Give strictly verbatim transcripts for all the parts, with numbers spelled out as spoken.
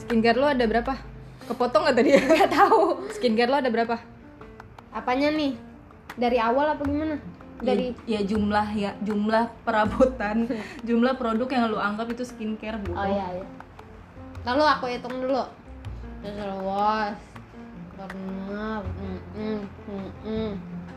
skincare lo ada berapa? Kepotong nggak tadi? Nggak tahu. Skincare lo ada berapa? Apanya nih? Dari awal apa gimana? Dari ya, ya jumlah ya jumlah perabotan, jumlah produk yang lo anggap itu skincare bu. Oh iya iya. Lalu aku hitung dulu. Facial wash, toner, mm -mm, mm -mm.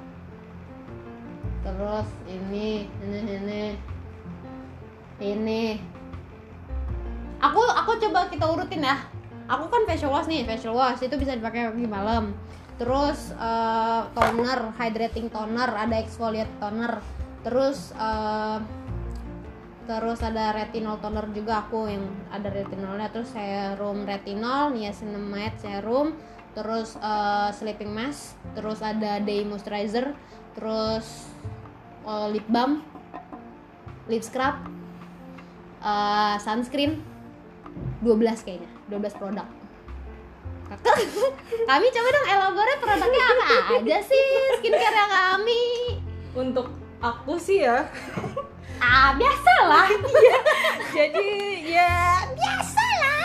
Terus ini, ini, ini, ini. Aku aku coba kita urutin ya. Aku kan facial wash nih, facial wash itu bisa dipakai pagi malam. Terus uh, toner, hydrating toner, ada exfoliate toner. Terus uh, terus ada retinol toner juga aku yang ada retinolnya. Terus serum retinol, niacinamide serum. Terus uh, sleeping mask. Terus ada day moisturizer. Terus uh, lip balm, lip scrub, uh, sunscreen. dua belas kayaknya, dua belas produk. Kakak, kami coba dong elaborate produknya apa aja sih skincare yang kami. Untuk aku sih ya, Ah biasalah. jadi ya Biasalah.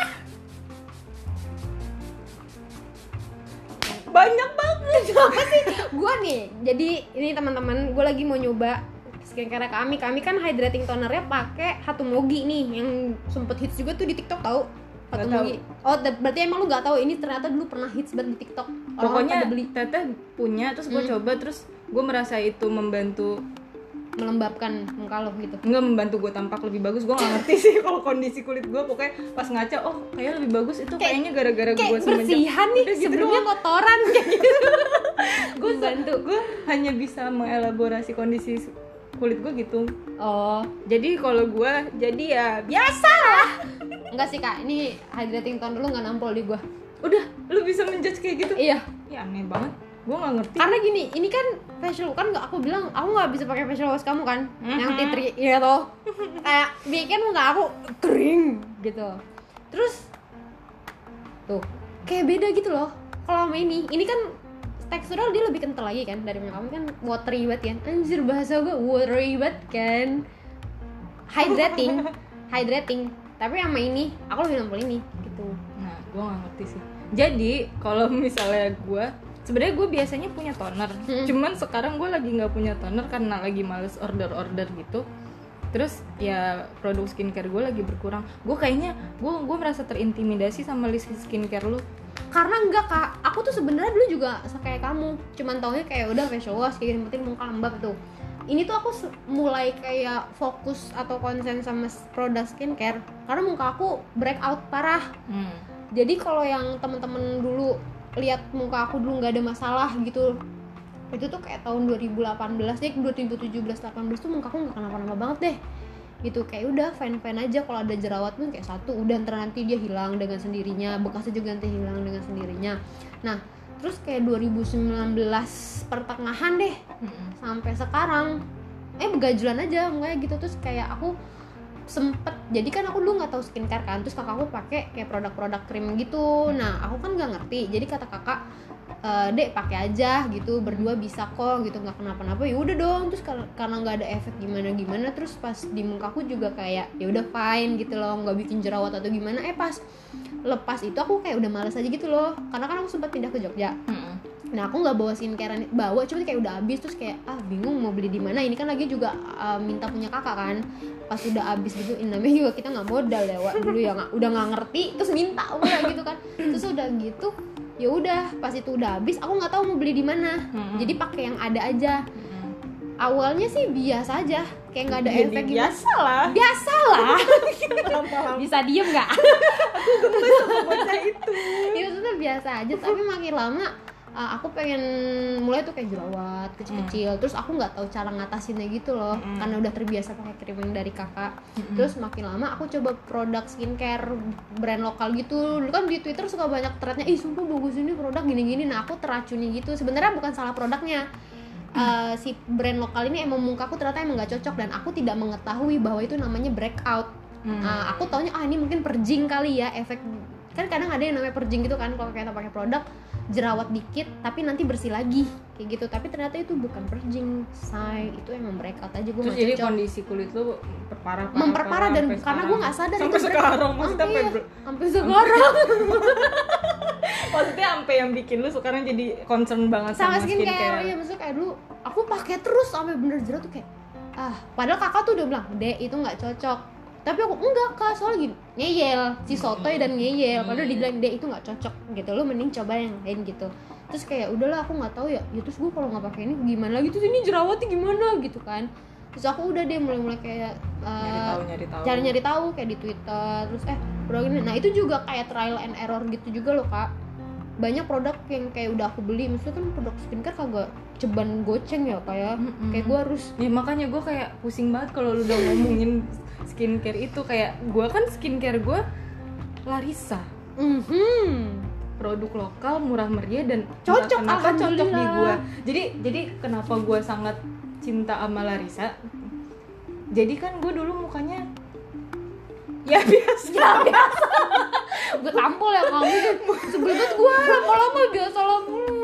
banyak banget. Apa sih? Gua nih, jadi ini teman-teman, gue lagi mau nyoba skincare kami. Kami kan hydrating tonernya pakai Hatomogi nih, yang sempet hits juga tuh di TikTok tahu. Hatomogi. Oh, d- berarti emang lu nggak tahu ini ternyata dulu pernah hits banget di TikTok. Orang Pokoknya pada beli, teteh punya, terus gue Hmm. coba, terus gue merasa itu membantu, melembabkan muka lo gitu. nggak membantu gue tampak lebih bagus. Gue nggak ngerti sih kalau kondisi kulit gue, pokoknya pas ngaca, oh kayak lebih bagus itu Kayak- kayaknya gara-gara gue Kayak bersihan nih, Udah gitu sebelumnya doang. kotoran kayak gitu. gue Membantu. gue hanya bisa mengelaborasi kondisi kulit gue gitu. Oh, Jadi kalau gue jadi ya biasa lah. Enggak sih kak, ini hydrating toner lu nggak nampol di gua. udah, lu bisa menjudge kayak gitu. Iya. Ya aneh banget, gue nggak ngerti. Karena gini, ini kan facial kan nggak, aku bilang aku nggak bisa pakai facial wash kamu kan, Mhm. yang tea tree, iya toh, kayak bikin muka aku kering gitu. Terus tuh kayak beda gitu loh. Kalau sama ini, ini kan teksturnya dia lebih kental lagi kan dari muka kamu kan watery banget kan. Anjir bahasa gue watery banget kan. Hydrating, hydrating. Tapi sama ini aku lebih nampol ini gitu. Nah, gue nggak ngerti sih. Jadi kalau misalnya gue, sebenarnya gue biasanya punya toner, Hmm. cuman sekarang gue lagi nggak punya toner karena lagi males order-order gitu. Terus ya produk skincare gue lagi berkurang. Gue kayaknya gue gue merasa terintimidasi sama list skincare lu. Karena enggak kak, aku tuh sebenarnya dulu juga kayak kamu, cuman taunya kayak udah facial wash kayak gini, penting muka lembab tuh. Ini tuh aku se- mulai kayak fokus atau konsen sama s- produk skincare karena muka aku breakout parah. Hmm. Jadi kalau yang temen-temen dulu lihat muka aku dulu nggak ada masalah gitu, itu tuh kayak tahun dua ribu delapan belas deh, dua ribu tujuh belas delapan belas tuh muka aku nggak kenapa-napa banget deh gitu. Kayak udah fine-fine aja, kalau ada jerawat pun kayak satu udah, ntar nanti dia hilang dengan sendirinya, bekasnya juga nanti hilang dengan sendirinya. Nah terus kayak dua ribu sembilan belas pertengahan deh Mm-mm. sampai sekarang eh begajulan aja kayak gitu. Terus kayak aku sempet, jadi kan aku dulu nggak tahu skincare kan, terus kakakku pakai kayak produk-produk krim gitu. Nah aku kan nggak ngerti, jadi kata kakak, e, dek pakai aja gitu, berdua bisa kok gitu, nggak kenapa-napa. Ya udah dong. Terus kar- karena nggak ada efek gimana-gimana, terus pas di mukaku juga kayak ya udah fine gitu loh, nggak bikin jerawat atau gimana. Eh pas lepas itu aku kayak udah malas aja gitu loh, karena kan aku sempat pindah ke Jogja. Mm-mm. Nah aku nggak bawa skincare, bawa cuma kayak udah habis. Terus kayak ah bingung mau beli di mana. Ini kan lagi juga uh, minta punya kakak kan, pas udah habis gitu. Ini namanya juga kita nggak modal ya Wak. Dulu ya nggak, udah nggak ngerti terus minta udah gitu kan. Terus udah gitu ya udah, pas itu udah habis aku nggak tahu mau beli di mana. Mm-mm. Jadi pakai yang ada aja. Mm-mm. Awalnya sih biasa aja, kayak nggak ada Jadi efek gitu. biasa lah. Biasa lah. Paham. Bisa diem nggak? Bocah itu. Ya maksudnya biasa aja, tapi makin lama uh, aku pengen mulai tuh kayak jerawat kecil-kecil. Terus aku nggak tahu cara ngatasinnya gitu loh, Mm. karena udah terbiasa pakai krim yang dari kakak. Mm-mm. Terus makin lama aku coba produk skincare brand lokal gitu. Dulu kan di Twitter suka banyak threadnya, ih sumpah bagus ini produk gini-gini. Nah aku teracuni gitu. Sebenarnya bukan salah produknya, Uh, si brand lokal ini emang mukaku ternyata emang nggak cocok, dan aku tidak mengetahui bahwa itu namanya breakout. Mm. Uh, aku taunya ah ini mungkin purging kali ya, efek kan kadang ada yang namanya purging gitu kan kalau kita pakai produk. jerawat dikit tapi nanti bersih lagi kayak gitu, tapi ternyata itu bukan purging, say, itu emang breakout aja. Gue terus jadi kondisi kulit lu perparah memperparah dan karena gue nggak sadar sampai itu sekarang maksudnya sampai iya, sampai sekarang maksudnya sampai yang bikin lu sekarang jadi concern banget sama, sama skincare. skincare. Iya, maksudnya kayak dulu aku pakai terus sampai bener jerawat tuh kayak ah, padahal kakak tuh udah bilang, "Dek, itu nggak cocok." Tapi aku enggak kak, soalnya gini, ngeyel, si sotoy dan ngeyel, padahal dibilang, "Dek, itu nggak cocok," gitu, lu mending coba yang lain gitu. Terus kayak udahlah aku nggak tahu ya, ya terus gue kalau nggak pakai ini gimana lagi, terus ini jerawatnya gimana gitu kan. Terus aku udah deh mulai-mulai kayak uh, nyari tahu nyari tahu cari-nyari tahu kayak di Twitter, terus eh produk ini, nah itu juga kayak trial and error gitu juga loh kak. Banyak produk yang kayak udah aku beli, maksudnya kan produk skincare kagak ceban goceng ya kayak Mm-mm. kayak gue harus ya makanya gue kayak pusing banget kalau lu udah ngomongin skincare itu. Kayak gue kan skincare gue Larissa, mhm produk lokal murah meriah dan Cocok, kenapa cocok di alhamdulillah. gue. Jadi jadi kenapa gue sangat cinta sama Larissa, jadi kan gue dulu mukanya ya biasa ya biasa gue tampol ya kamu sebelum itu gue lama-lama biasa lah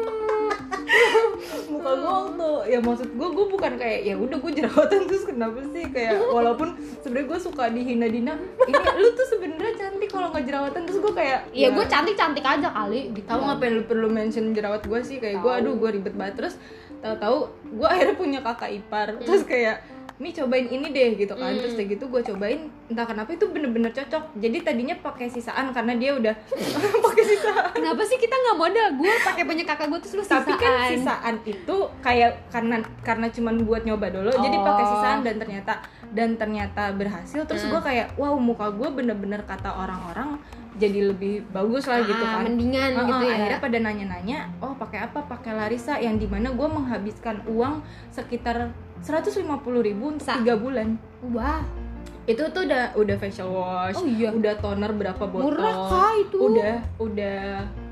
muka gue waktu ya maksud gue gue bukan kayak ya udah gue jerawatan terus kenapa sih, kayak walaupun sebenarnya gue suka dihina-dina ini lu tuh sebenarnya cantik kalau nggak jerawatan, terus gue kayak ya, ya gue cantik-cantik aja kali gitu. tahu ngapain lu perlu mention jerawat gue sih, kayak gue aduh gue ribet banget. Terus tahu-tahu gue akhirnya punya kakak ipar, hmm. terus kayak nih cobain ini deh gitu kan, hmm. terus kayak gitu gue cobain, entah kenapa itu bener-bener cocok. Jadi tadinya pakai sisaan karena dia udah pakai sisaan. Kenapa sih kita nggak modal? Gue pakai punya kakak gue terus lu sisaan. Tapi kan sisaan itu kayak karena karena cuman buat nyoba dulu, oh. jadi pakai sisaan dan ternyata dan ternyata berhasil. Terus hmm. gue kayak wow, muka gue bener-bener kata orang-orang jadi lebih bagus lah ah, gitu kan, mendingan uh, gitu ya. Akhirnya pada nanya-nanya, oh pakai apa? Pakai Larissa, yang dimana gue menghabiskan uang sekitar seratus lima puluh ribu untuk tiga bulan. Wah, itu tuh udah udah facial wash, oh, iya. udah toner berapa botol, murah kah itu? udah udah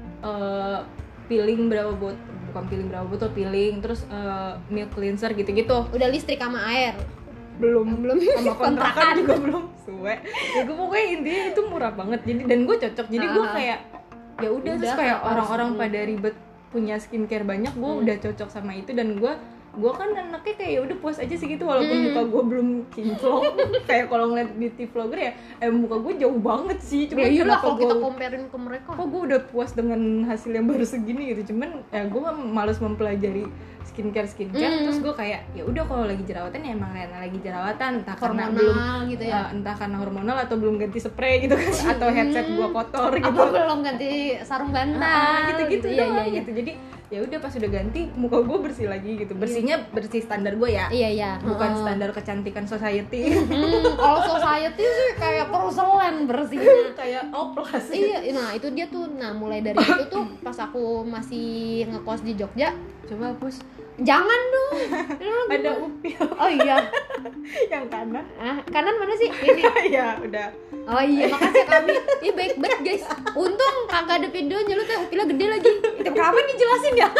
uh, peeling berapa botol, bukan peeling berapa botol, peeling terus uh, milk cleanser gitu-gitu. Udah listrik sama air. Belum belum sama kontrakan juga belum suwe. Ya gue pokoknya intinya itu murah banget. Jadi dan gue cocok. Jadi gue kayak ya udah, terus kayak orang-orang pada ribet punya skincare banyak, gue hmm. udah cocok sama itu. Dan gue gue kan anaknya kayak ya udah puas aja segitu, walaupun mm. muka gue belum kinclong. Kayak kalau ngeliat beauty vlogger ya eh muka gue jauh banget sih. Cuma ya iyalah kalau gua, kita comparein ke mereka, kok gue udah puas dengan hasil yang baru segini gitu. Cuman ya gue malas mempelajari skincare skincare mm. terus gue kayak ya udah kalau lagi jerawatan ya emang karena lagi jerawatan, entah hormonal, karena belum gitu ya. uh, entah karena hormonal atau belum ganti spray gitu kan, atau headset gue kotor gitu, apa belum ganti sarung bantal uh, gitu-gitu gitu, doang iya, iya, gitu. Jadi ya udah pas udah ganti muka gue bersih lagi gitu, bersihnya bersih standar gue ya, iya iya, bukan uh. standar kecantikan society. Hmm, kalau society sih kayak porcelain bersihnya kayak oplas. Iya, nah itu dia tuh. Nah mulai dari itu tuh pas aku masih ngekos di Jogja, coba hapus. Jangan dong. Ada upil. Oh iya. Yang kanan. Ah, kanan mana sih? Ini. Ya, udah. Oh iya, makasih kami. Ih baik banget guys. Untung kagak ada videonya, lu tuh upilnya gede lagi. Itu kenapa nih jelasin ya?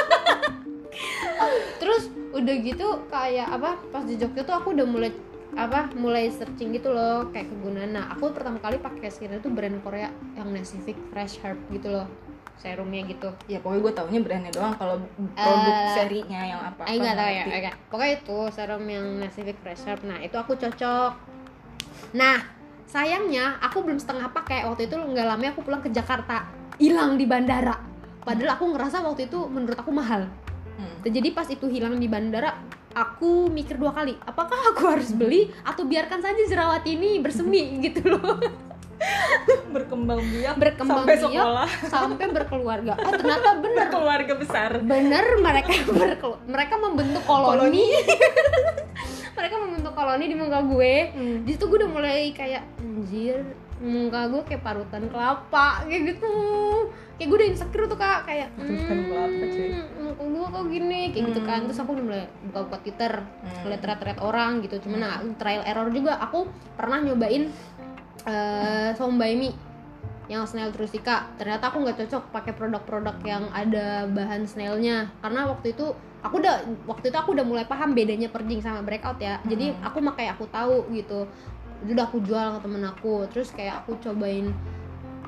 Terus udah gitu kayak apa? Pas di Jogja tuh aku udah mulai apa? Mulai searching gitu loh, kayak kegunaan. Nah, aku pertama kali pakai skincare itu brand Korea yang Pacific Fresh Herb gitu loh. Serumnya gitu. Ya pokoknya gue taunya brandnya doang, kalau produk uh, serinya yang apa-apa enggak tahu ya, enggak. Pokoknya itu serum yang Pacific Fresh Herb. Nah, itu aku cocok. Nah, sayangnya aku belum setengah pakai. Waktu itu enggak lama aku pulang ke Jakarta, hilang di bandara. Padahal aku ngerasa waktu itu menurut aku mahal. Hmm. Jadi pas itu hilang di bandara, aku mikir dua kali, apakah aku harus beli atau biarkan saja jerawat ini bersemi gitu loh. berkembang biak berkembang sampai biak, sekolah sampai berkeluarga. Oh ternyata bener keluarga besar. Bener mereka berkelu- mereka membentuk koloni. Mereka membentuk koloni di muka gue. Hmm. Di situ gue udah mulai kayak anjir, muka gue kayak parutan kelapa kayak gitu. Kayak gue udah insecure tuh kak, kayak parutan hmm, kelapa cuy. Muka gue kok gini kayak hmm. gitu kan. Terus aku udah mulai buka-buka Twitter, hmm. lihat thread-thread orang gitu. Cuman hmm. nah, trial error juga. Aku pernah nyobain Uh, Sombaimi yang snail trusika, ternyata aku nggak cocok pakai produk-produk yang ada bahan snailnya, karena waktu itu aku udah waktu itu aku udah mulai paham bedanya purging sama breakout ya. hmm. Jadi aku pakai aku tahu gitu, udah aku jual ke temen aku, terus kayak aku cobain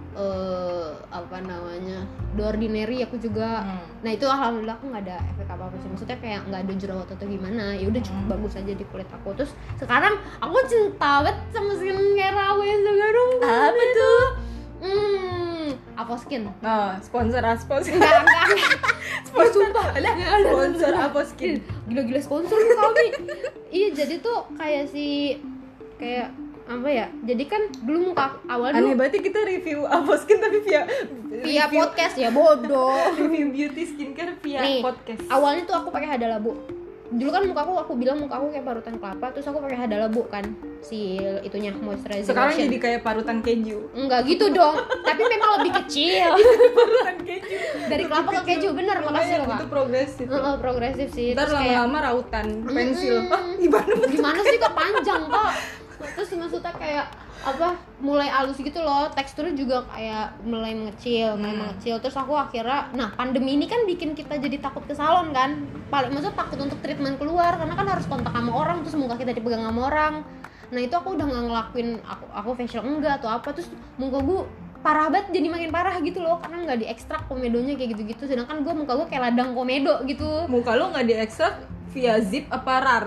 uh, apa namanya The Ordinary aku juga. hmm. Nah itu alhamdulillah aku nggak ada efek apa apa sih, maksudnya kayak nggak ada jerawat atau gimana, ya udah cukup hmm. bagus aja di kulit aku. Terus sekarang aku cinta banget sama skincare aku yang sekarang. Apa tuh? Hmm, Aposkin. Oh, sponsor Aspos. Enggak, enggak. Sponsor sumpah. Ada sponsor Aposkin. Gila-gila sponsor kami. Iya, jadi tuh kayak si kayak apa ya? Jadi kan dulu muka awal aneh banget kita review Aposkin tapi via via review, podcast ya, bodoh. Review beauty skincare via nih, podcast. Awalnya tuh aku pakai Hada Labu. Dulu kan muka aku aku bilang muka aku kayak parutan kelapa, terus aku pakai Hada Labu kan si itunya moisturizer. Sekarang jadi kayak parutan keju. Enggak gitu dong, tapi memang lebih kecil. Parutan keju. Dari kelapa ke keju, bener. Makasih loh Kak. Itu progresif. Heeh, uh, uh, progresif sih. Ntar lama-lama kayak, rautan pensil. Mm, ah, gimana gimana sih Kak, panjang Kak. Terus maksudnya kayak apa mulai halus gitu loh, teksturnya juga kayak mulai mengecil, mulai hmm. mengecil. Terus aku akhirnya, nah pandemi ini kan bikin kita jadi takut ke salon kan, paling maksudnya takut untuk treatment keluar karena kan harus kontak sama orang, terus muka kita dipegang sama orang. Nah itu aku udah nggak ngelakuin aku aku facial enggak atau apa, terus muka gue parah banget, jadi makin parah gitu loh karena nggak diekstrak komedonya kayak gitu-gitu. Sedangkan gue muka gue kayak ladang komedo gitu. Muka lo nggak diekstrak via zip apa rar?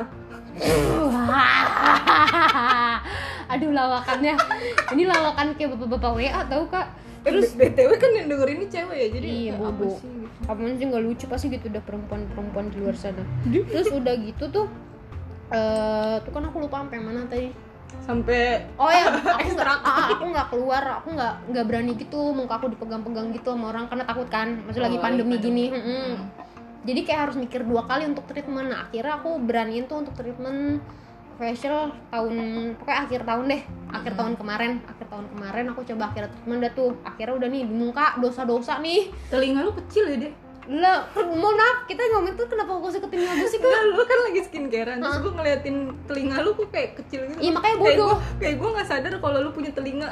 Aduh lawakannya, ini lawakan kayak bapak-bapak W A tau Kak. Terus B T W kan yang denger ini cewek ya, jadi iya bodoh. Apaan sih nggak lucu, pasti gitu udah perempuan-perempuan di luar sana. Terus udah gitu tuh, uh, tuh kan aku lupa sampai mana tadi. Sampai oh ya aku nggak aku nggak keluar, aku nggak nggak berani gitu muka aku dipegang-pegang gitu sama orang karena takut kan, maksudnya oh, lagi pandemi gini. Hmm. Jadi kayak harus mikir dua kali untuk treatment. Nah akhirnya aku beraniin tuh untuk treatment facial tahun, pokoknya akhir tahun deh, akhir hmm. tahun kemarin, akhir tahun kemarin aku coba akhirnya treatment dah tuh. Akhirnya udah nih di muka dosa-dosa nih. Telinga lu kecil ya deh. Lah, mohon maaf, kita ngomong tuh kenapa fokusnya ke telinga gue sih Kak? Nah, lu kan lagi skincarean, terus gue ngeliatin telinga lu kok kayak kecil gitu. Iya makanya bodoh. Kayak gue nggak sadar kalau lu punya telinga.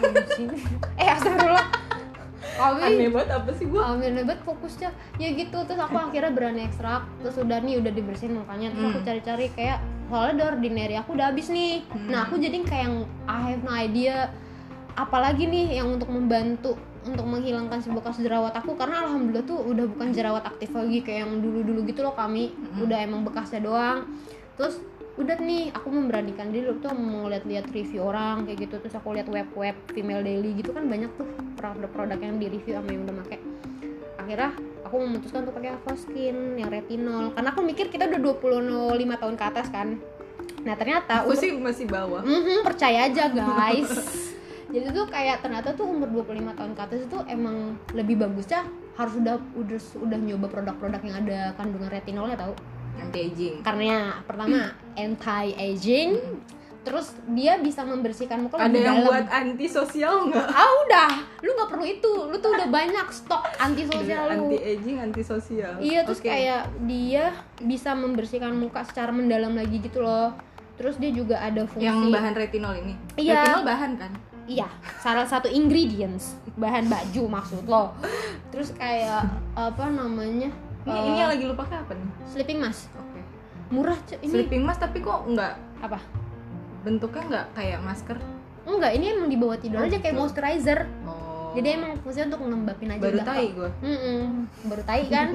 eh astagfirullah. Aneh banget apa sih gue? Aneh banget fokusnya ya gitu. Terus aku akhirnya berani ekstrak. Terus udah nih udah dibersihin mukanya. Terus hmm. aku cari-cari kayak soalnya The Ordinary aku udah habis nih. hmm. Nah aku jadi kayak yang I have no idea apalagi nih yang untuk membantu untuk menghilangkan si bekas jerawat aku, karena alhamdulillah tuh udah bukan jerawat aktif lagi kayak yang dulu-dulu gitu loh kami. hmm. Udah emang bekasnya doang. Terus udah nih aku memberanikan diri tuh mau lihat-lihat review orang kayak gitu. Terus aku lihat web-web Female Daily gitu kan, banyak tuh produk-produk yang di review sama yang udah make. Akhirnya aku memutuskan untuk pakai Avoskin yang retinol karena aku mikir kita udah dua puluh lima tahun ke atas kan. Nah ternyata aku sih masih bawah. Mm-hmm, percaya aja guys. Jadi tuh kayak ternyata tuh umur dua puluh lima tahun ke atas itu emang lebih bagusnya harus udah udah udah nyoba produk-produk yang ada kandungan retinolnya tau. Anti-aging. Karena pertama anti-aging, terus dia bisa membersihkan muka lebih dalam. Ada yang buat anti-sosial nggak? Ah udah, lu nggak perlu itu, lu tuh udah banyak stok anti-sosial lu. Anti-aging, anti-sosial. Iya, terus okay. kayak dia bisa membersihkan muka secara mendalam lagi gitu loh. Terus dia juga ada fungsi. Yang bahan retinol ini. Iya. Retinol bahan kan? Iya, salah satu ingredients bahan baju maksud lo. Terus kayak apa namanya? Ini, uh, ini yang lagi lu pakai apa nih? Sleeping mask. Oke. Okay. Murah c- ini. Sleeping mask tapi kok enggak apa? Bentuknya enggak kayak masker? Enggak, ini emang di bawah tidur oh, aja kayak betul. Moisturizer. Oh. Jadi emang fungsinya untuk ngembapin aja. Baru tai gue. Baru tai kan?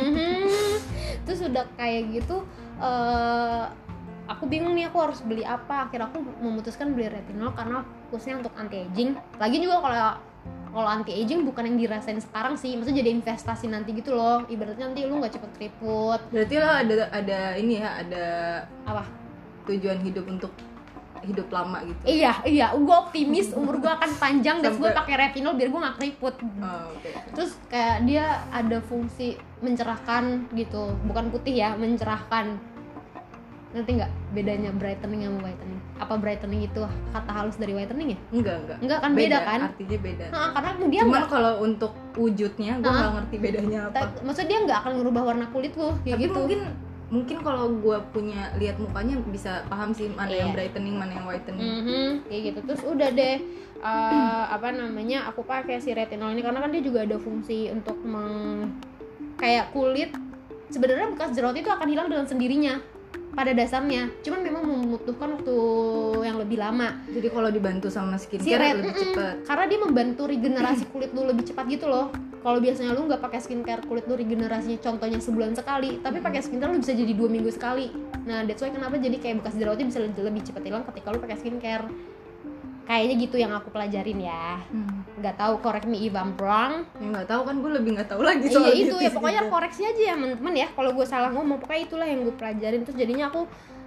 Terus udah kayak gitu. Uh, aku bingung nih aku harus beli apa. Akhirnya aku memutuskan beli retinol karena khususnya untuk anti aging. Lagi juga kalau kalau anti aging bukan yang dirasain sekarang sih, maksudnya jadi investasi nanti gitu loh. Ibaratnya nanti lu nggak cepet keriput. Berarti lo ada ada ini ya, ada apa? Tujuan hidup untuk hidup lama gitu. Iya iya, gue optimis umur gue akan panjang dan gue pakai retinol biar gue nggak keriput. Oh, okay. Terus kayak dia ada fungsi mencerahkan gitu, bukan putih ya, mencerahkan. Nanti nggak bedanya brightening sama whitening? Apa brightening itu kata halus dari whitening ya? Enggak, enggak. Enggak kan beda, beda kan? Artinya beda. Nah, karena dia Cuman kalau untuk wujudnya gue nggak ngerti bedanya apa. Ta- maksudnya dia nggak akan merubah warna kulit lo kayak tapi gitu. mungkin mungkin kalau gue punya lihat mukanya bisa paham sih mana yeah. yang brightening, mana yang whitening. Mm-hmm, kayak gitu. Terus udah deh uh, apa namanya? Aku pakai si retinol ini karena kan dia juga ada fungsi untuk meng kayak kulit sebenarnya bekas jerawat itu akan hilang dengan sendirinya. pada dasarnya, cuman memang membutuhkan waktu yang lebih lama. Jadi kalau dibantu sama Si skincare red- lebih mm-mm. cepat. Karena dia membantu regenerasi kulit lu lebih cepat gitu loh. Kalau biasanya lu nggak pakai skincare, kulit lu regenerasinya contohnya sebulan sekali, tapi pakai skincare lu bisa jadi dua minggu sekali. Nah that's why kenapa jadi kayak bekas jerawatnya bisa lebih cepat hilang ketika lu pakai skincare. Kayaknya gitu yang aku pelajarin ya. Hmm. Nggak tahu, correct me if I'm wrong. Ya nggak tahu kan, gue lebih nggak tahu lagi Iya soal itu beauty ya, pokoknya skincare. koreksi aja ya teman-teman ya. Kalau gue salah ngomong, pokoknya itulah yang gue pelajarin. Terus jadinya aku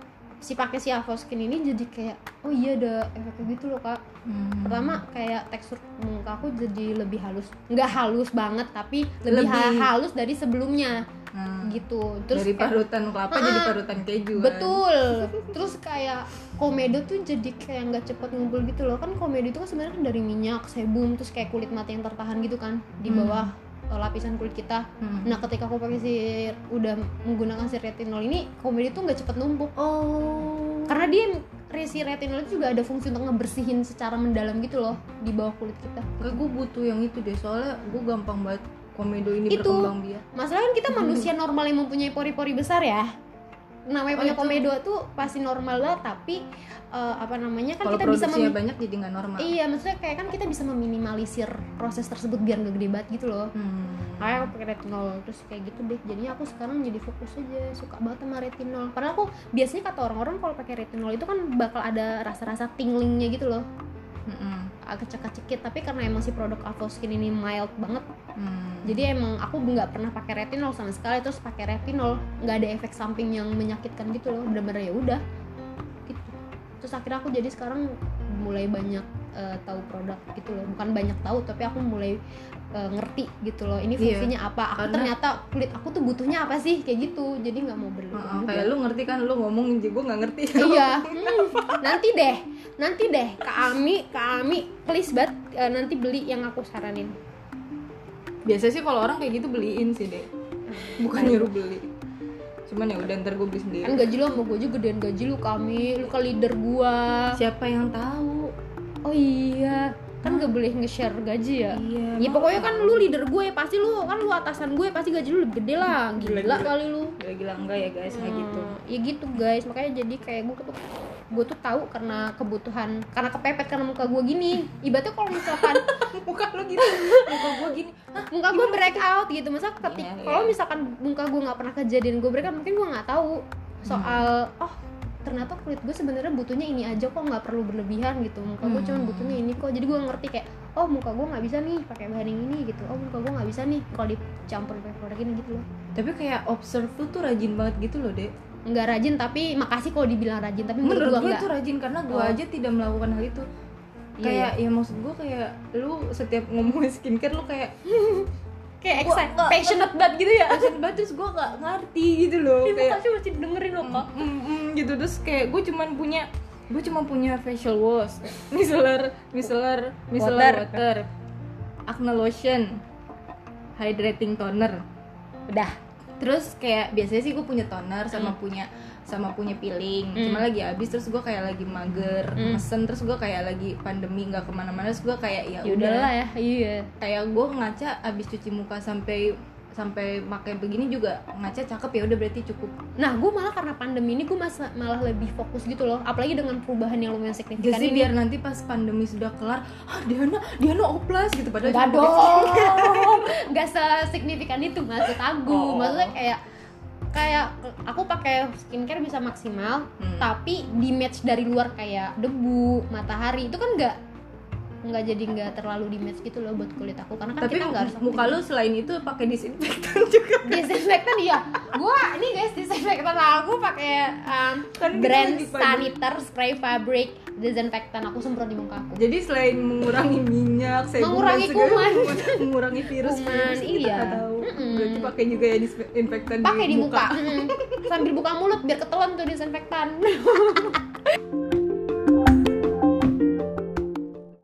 si pakai si Avoskin ini jadi kayak oh iya ada efeknya gitu loh kak. Hmm. Pertama kayak tekstur muka aku jadi lebih halus, nggak halus banget tapi lebih, Lebih. halus dari sebelumnya. Nah, Gitu. Terus dari kayak- parutan kelapa jadi parutan keju kan? betul. Terus kayak komedo tuh jadi kayak nggak cepet ngumpul gitu loh. Kan komedo itu kan sebenarnya kan dari minyak, sebum, terus kayak kulit mati yang tertahan gitu kan di Hmm. bawah uh, lapisan kulit kita. Hmm. Nah ketika aku pakai si udah menggunakan si retinol ini, komedo tuh nggak cepet numpuk Oh. karena dia si retinol itu juga ada fungsi untuk ngebersihin secara mendalam gitu loh di bawah kulit kita. Kayak gue butuh yang itu deh, soalnya gue gampang banget komedo ini Itu. berkembang biak. Masalahnya kan kita manusia normal yang mempunyai pori-pori besar ya. Namanya Oh, punya itu. komedo tuh pasti normal lah, tapi uh, apa namanya kan Kalau kita bisa produksinya mem- banyak jadi nggak normal. iya, maksudnya kayak kan kita bisa meminimalisir proses tersebut biar nggak gede banget gitu loh. Hmm. Makanya aku pakai retinol terus kayak gitu deh. Jadinya aku sekarang jadi fokus aja, suka banget sama retinol. Padahal aku biasanya kata orang-orang kalau pakai retinol itu kan bakal ada rasa-rasa tinglingnya gitu loh, Mm-mm. agak cekak-cekit. Tapi karena emang si produk Avoskin ini mild banget, Hmm. jadi emang aku nggak pernah pakai retinol sama sekali. Terus pakai retinol nggak ada efek samping yang menyakitkan gitu loh, bener-bener ya udah gitu. Terus akhirnya aku jadi sekarang mulai banyak uh, tahu produk gitu loh, bukan banyak tahu tapi aku mulai uh, ngerti gitu loh ini Iya, fungsinya apa. Aku karena- ternyata kulit aku tuh butuhnya apa sih kayak gitu, jadi nggak mau berlebihan Uh, kayak lu ngerti kan, lu ngomong jadi gue nggak ngerti. iya. Hmm, nanti deh nanti deh Kak Ami Kak Ami please banget uh, nanti beli yang aku saranin. Biasa sih kalau orang kayak gitu beliin sih deh, bukan nyuruh beli. Cuman ya udah ntar gue beli sendiri. Kan gaji lu sama gue juga gedean gaji lu Kami, lu kan leader gua. Siapa yang tahu? Oh iya, kan gak boleh nge-share gaji ya. Iya. Ya pokoknya kan lu leader gue, pasti lu kan lu atasan gue, pasti gaji lu lebih gede lah. Gila, Gila, gila. kali lu. Gila-gila enggak ya guys, nggak gitu. Hmm, ya gitu guys, makanya jadi kayak gue tuh gue tuh tahu karena kebutuhan, karena kepepet karena muka gue gini. Ibaratnya kalau misalkan Muka lu gitu, muka gue gini. Hah? muka gue break out gitu, masa ketik Iya, iya. kalau misalkan muka gue nggak pernah kejadian gue break out, mungkin gue nggak tahu soal Hmm. oh ternyata kulit gue sebenarnya butuhnya ini aja kok, nggak perlu berlebihan gitu. Muka gue Hmm. cuma butuhnya ini kok, jadi gue ngerti kayak oh muka gue nggak bisa nih pakai bahan yang ini gitu, oh muka gue nggak bisa nih kalau dicampur pakai produk ini gitu loh. Tapi kayak observe tuh tuh rajin banget gitu loh dek. Nggak rajin, tapi makasih kalau dibilang rajin, tapi menurut, Menurut gue gue nggak. tuh rajin karena gue Oh. aja tidak melakukan hal itu. Iya, Kayak ya maksud gue kayak lu setiap ngomongin skincare lu kayak kayak Gua excited, nggak- passionate banget gitu ya. passion banget, terus gue gak ngerti gitu loh. Ini Kayak makasih masih dengerin loh kak. mm, mm, gitu terus kayak gue cuman punya gue cuma punya facial wash, micellar micellar micellar Water. water, acne lotion, hydrating toner. Udah. Terus kayak biasanya sih gue punya toner sama Hmm. punya sama punya peeling, Hmm. cuma lagi habis, terus gue kayak lagi mager, Hmm. mesen, terus gue kayak lagi pandemi nggak kemana-mana, terus gue kayak ya Ya udah udahlah ya, iya. kayak gue ngaca abis cuci muka sampai sampai pakai begini juga ngaca cakep, ya udah berarti cukup. Nah, gue malah karena pandemi ini gue masa, malah lebih fokus gitu loh. Apalagi dengan perubahan yang lumayan signifikan Jadi ini. biar nanti pas pandemi sudah kelar, ah Diana, Diana oplas gitu, padahal Gak cuma pakai dong, gak sesignifikan itu maksud aku. Oh. Maksudnya kayak kayak aku pakai skincare bisa maksimal, Hmm. tapi di match dari luar kayak debu, matahari itu kan nggak nggak jadi nggak terlalu di match gitu loh buat kulit aku, karena kan Tapi kita nggak harus muka lu selain itu pakai disinfektan juga. disinfektan. Iya, gua ini guys disinfektan aku pakai um, Kan kita brand lagi pada- saniter spray fabric disinfektan, aku semprot di muka aku. Jadi selain mengurangi minyak, sebum, Mengurangi dan segala- kuman. mengurangi virus, Kuman, virus kita iya. nggak tahu. Mm-mm. Berarti pakai juga ya disinfektan Pakai di muka, Mm. sambil buka mulut biar ketelan tuh disinfektan.